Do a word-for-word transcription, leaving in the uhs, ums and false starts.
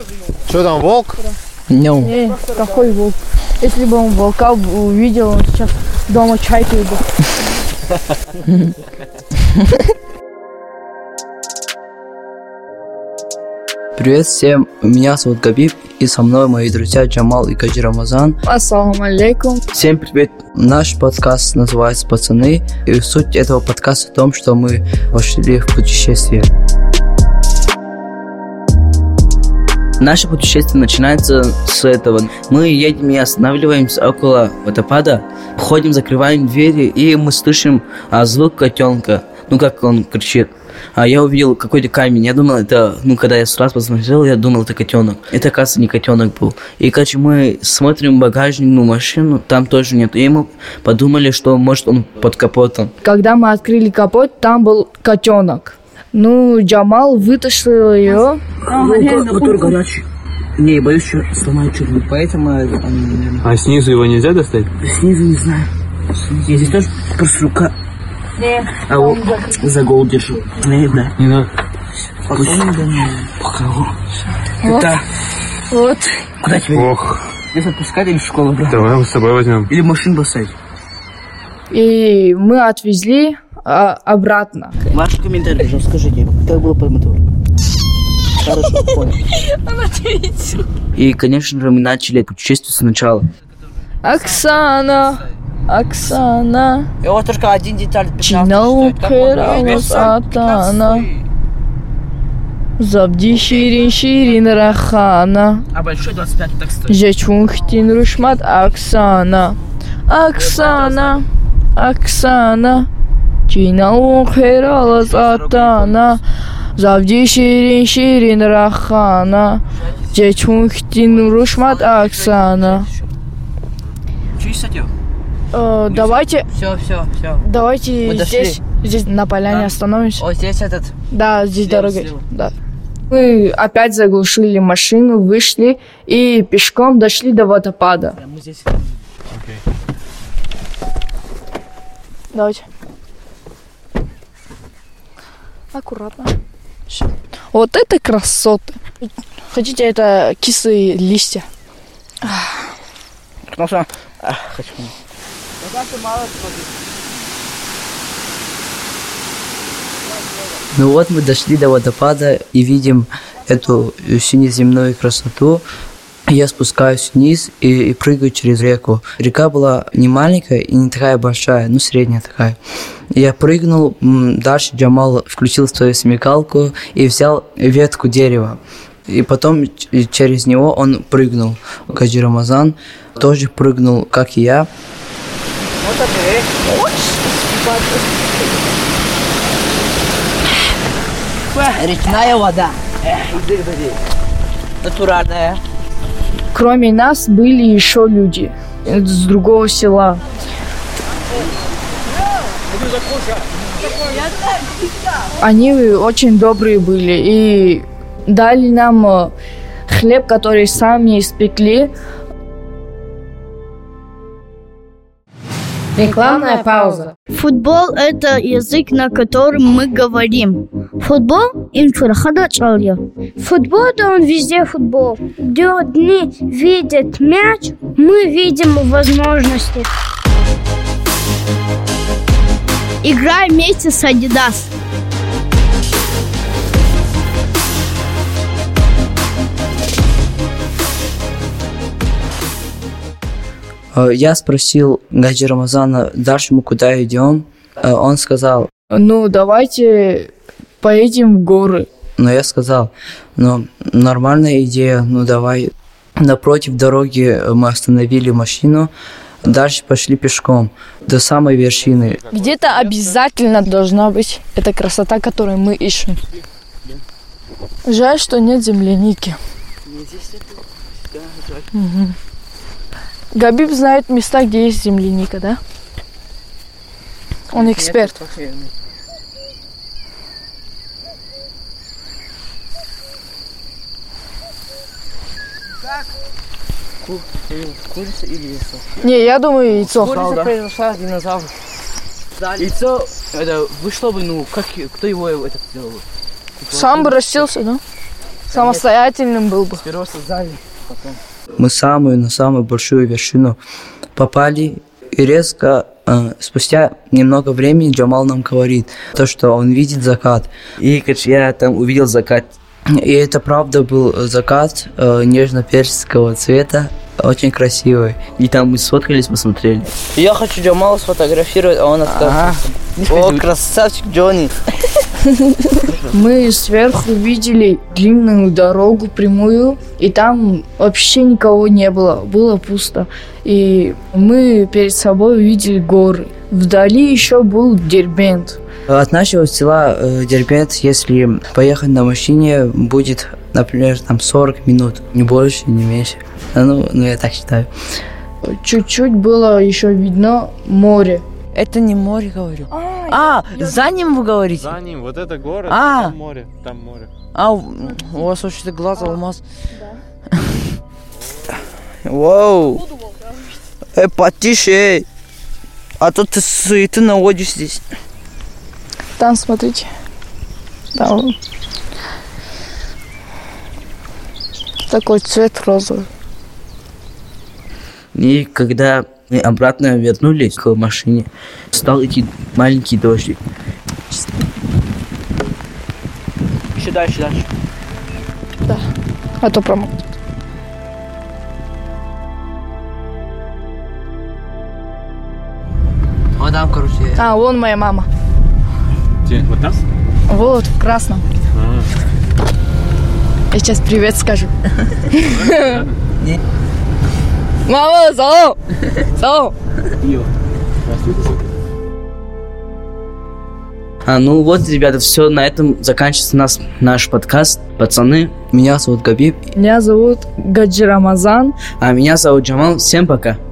Что там, волк? No. Эй, какой волк? Если бы он волка увидел, он сейчас дома чай пил бы. Привет всем, меня зовут Габиб, и со мной мои друзья Джамал и Гаджи Рамазан. Ассаламу алейкум. Всем привет. Наш подкаст называется «Пацаны», и суть этого подкаста в том, что мы пошли в путешествие. Наше путешествие начинается с этого. Мы едем и останавливаемся около водопада, ходим, закрываем двери, и мы слышим а, звук котенка. Ну, как он кричит. А я увидел какой-то камень. Я думал, это, ну, когда я сразу посмотрел, я думал, это котенок. Это, оказывается, не котенок был. И, короче, мы смотрим багажную машину, там тоже нет. И мы подумали, что, может, он под капотом. Когда мы открыли капот, там был котенок. Ну, Джамал вытащил ее. Мотор горячий. Не, я боюсь, что сломаю что-нибудь, поэтому... А снизу его нельзя достать? Снизу не знаю. Я здесь тоже просто рука. А вот за голову держу. Не, да. Не надо. Покажу. Вот. Это... Вот. Куда тебе? Ох. Здесь отпускать или в школу брать? Давай мы с собой возьмем. Или машину бросать? И мы отвезли а, обратно. Ваш комментарий, пожалуйста, скажите, как было по мотору? Хорошо, понял. И, конечно же, мы начали путешествие сначала. Оксана, Оксана, И вот только один деталь. Чинау Кералас Атана, Забди Ширин Ширин Рахана, А большой двадцать пять так стоит. Жечунхтин Рушмат Оксана, Оксана, Оксана, Чинау Кералас Атана, Забди Ширин Ширин Рахана, Жечунхтин Рушмат Оксана. Чуть хотел? Э, давайте, Все, все, все. давайте Мы дошли. здесь, здесь на поляне Да. остановимся. Вот здесь этот. Да, здесь Слева, дорога. слева. Да. Мы опять заглушили машину, вышли и пешком дошли до водопада. Мы здесь. Давайте. Аккуратно. Всё. Вот это красоты. Хотите, это кислые листья. Потому что... А, хочу. Ну вот мы дошли до водопада и видим эту синеземную красоту. Я спускаюсь вниз и, и прыгаю через реку. Река была не маленькая и не такая большая, ну средняя такая. Я прыгнул, м, дальше Джамал включил свою смекалку и взял ветку дерева. И потом ч- через него он прыгнул. Гаджи Рамазан тоже прыгнул, как и я. Речная вода. Натуральная. Кроме нас были еще люди с другого села. Они очень добрые были и дали нам э, хлеб, который сами испекли. Рекламная пауза. Футбол – это язык, на котором мы говорим. Футбол – инфрахада чалия. Футбол – это он везде футбол. Где одни видят мяч, мы видим возможности. Играй вместе с Adidas. Я спросил Гаджи Рамазана, дальше мы куда идем? Он сказал, Ну, давайте поедем в горы. но я сказал, ну, нормальная идея, ну, давай. Напротив дороги мы остановили машину, дальше пошли пешком до самой вершины. Где-то обязательно должна быть эта красота, которую мы ищем. Жаль, что нет земляники. Мгм. Габиб знает места, где есть земляника, да? Он эксперт. Курица или яйцо? Не, я думаю, яйцо. Курица произошла динозавр. Яйцо, это вышло бы, ну, как, кто его это сделал? Сам бы растился, да? самостоятельным был бы. Сперва создали, потом. Мы самую, на самую большую вершину попали, и резко, э, спустя немного времени Джамал нам говорит, то, что он видит закат. И, короче, я там увидел закат. И это правда был закат э, нежно-персидского цвета, очень красивый. И там мы сфоткались, посмотрели. Я хочу Джамала сфотографировать, а он отказывается. О, красавчик Джонни. Мы сверху видели длинную дорогу прямую, и там вообще никого не было, было пусто. И мы перед собой увидели горы. Вдали еще был Дербент. От нашего села э, Дербент, если поехать на машине, будет, например, там сорок минут, не больше, не меньше. Ну, ну я так считаю. Чуть-чуть было еще видно море. Это не море, говорю. А, а за ним вы говорите? За ним, вот это город, а. там море, там море. А, у вас вообще-то глаз алмаз. Да. Вау. Эй, потише. А то ты суеты наводишь здесь. Там, смотрите. Там. Такой цвет розовый. И когда мы обратно вернулись к машине, стал идти маленький дождик. Еще дальше, дальше. Да, а то промокнет. Вот там, короче. А, вон моя мама. Где? Вот там? Вот, в красном. А. Я сейчас привет скажу. Мама, салам! Салам! А, ну вот, ребята, все, на этом заканчивается нас, наш подкаст. Пацаны, меня зовут Габиб. Меня зовут Гаджи Рамазан. А меня зовут Джамал. Всем пока.